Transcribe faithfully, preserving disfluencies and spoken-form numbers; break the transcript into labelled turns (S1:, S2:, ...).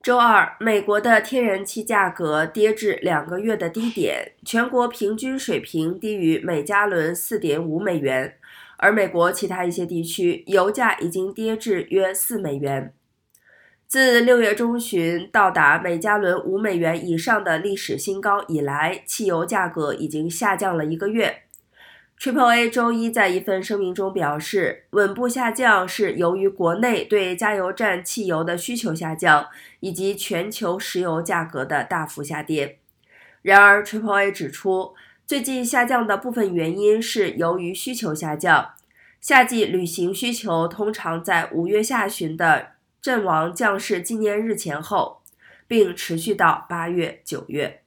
S1: 周二，美国的天然气价格跌至两个月的低点，全国平均水平低于每加仑 四点五美元，而美国其他一些地区油价已经跌至约四美元。自六月中旬到达每加仑五美元以上的历史新高以来，汽油价格已经下降了一个月。Triple A 周一在一份声明中表示，稳步下降是由于国内对加油站汽油的需求下降，以及全球石油价格的大幅下跌。然而 Triple A 指出，最近下降的部分原因是由于需求下降。夏季旅行需求通常在五月下旬的阵亡将士纪念日前后，并持续到八月、九月。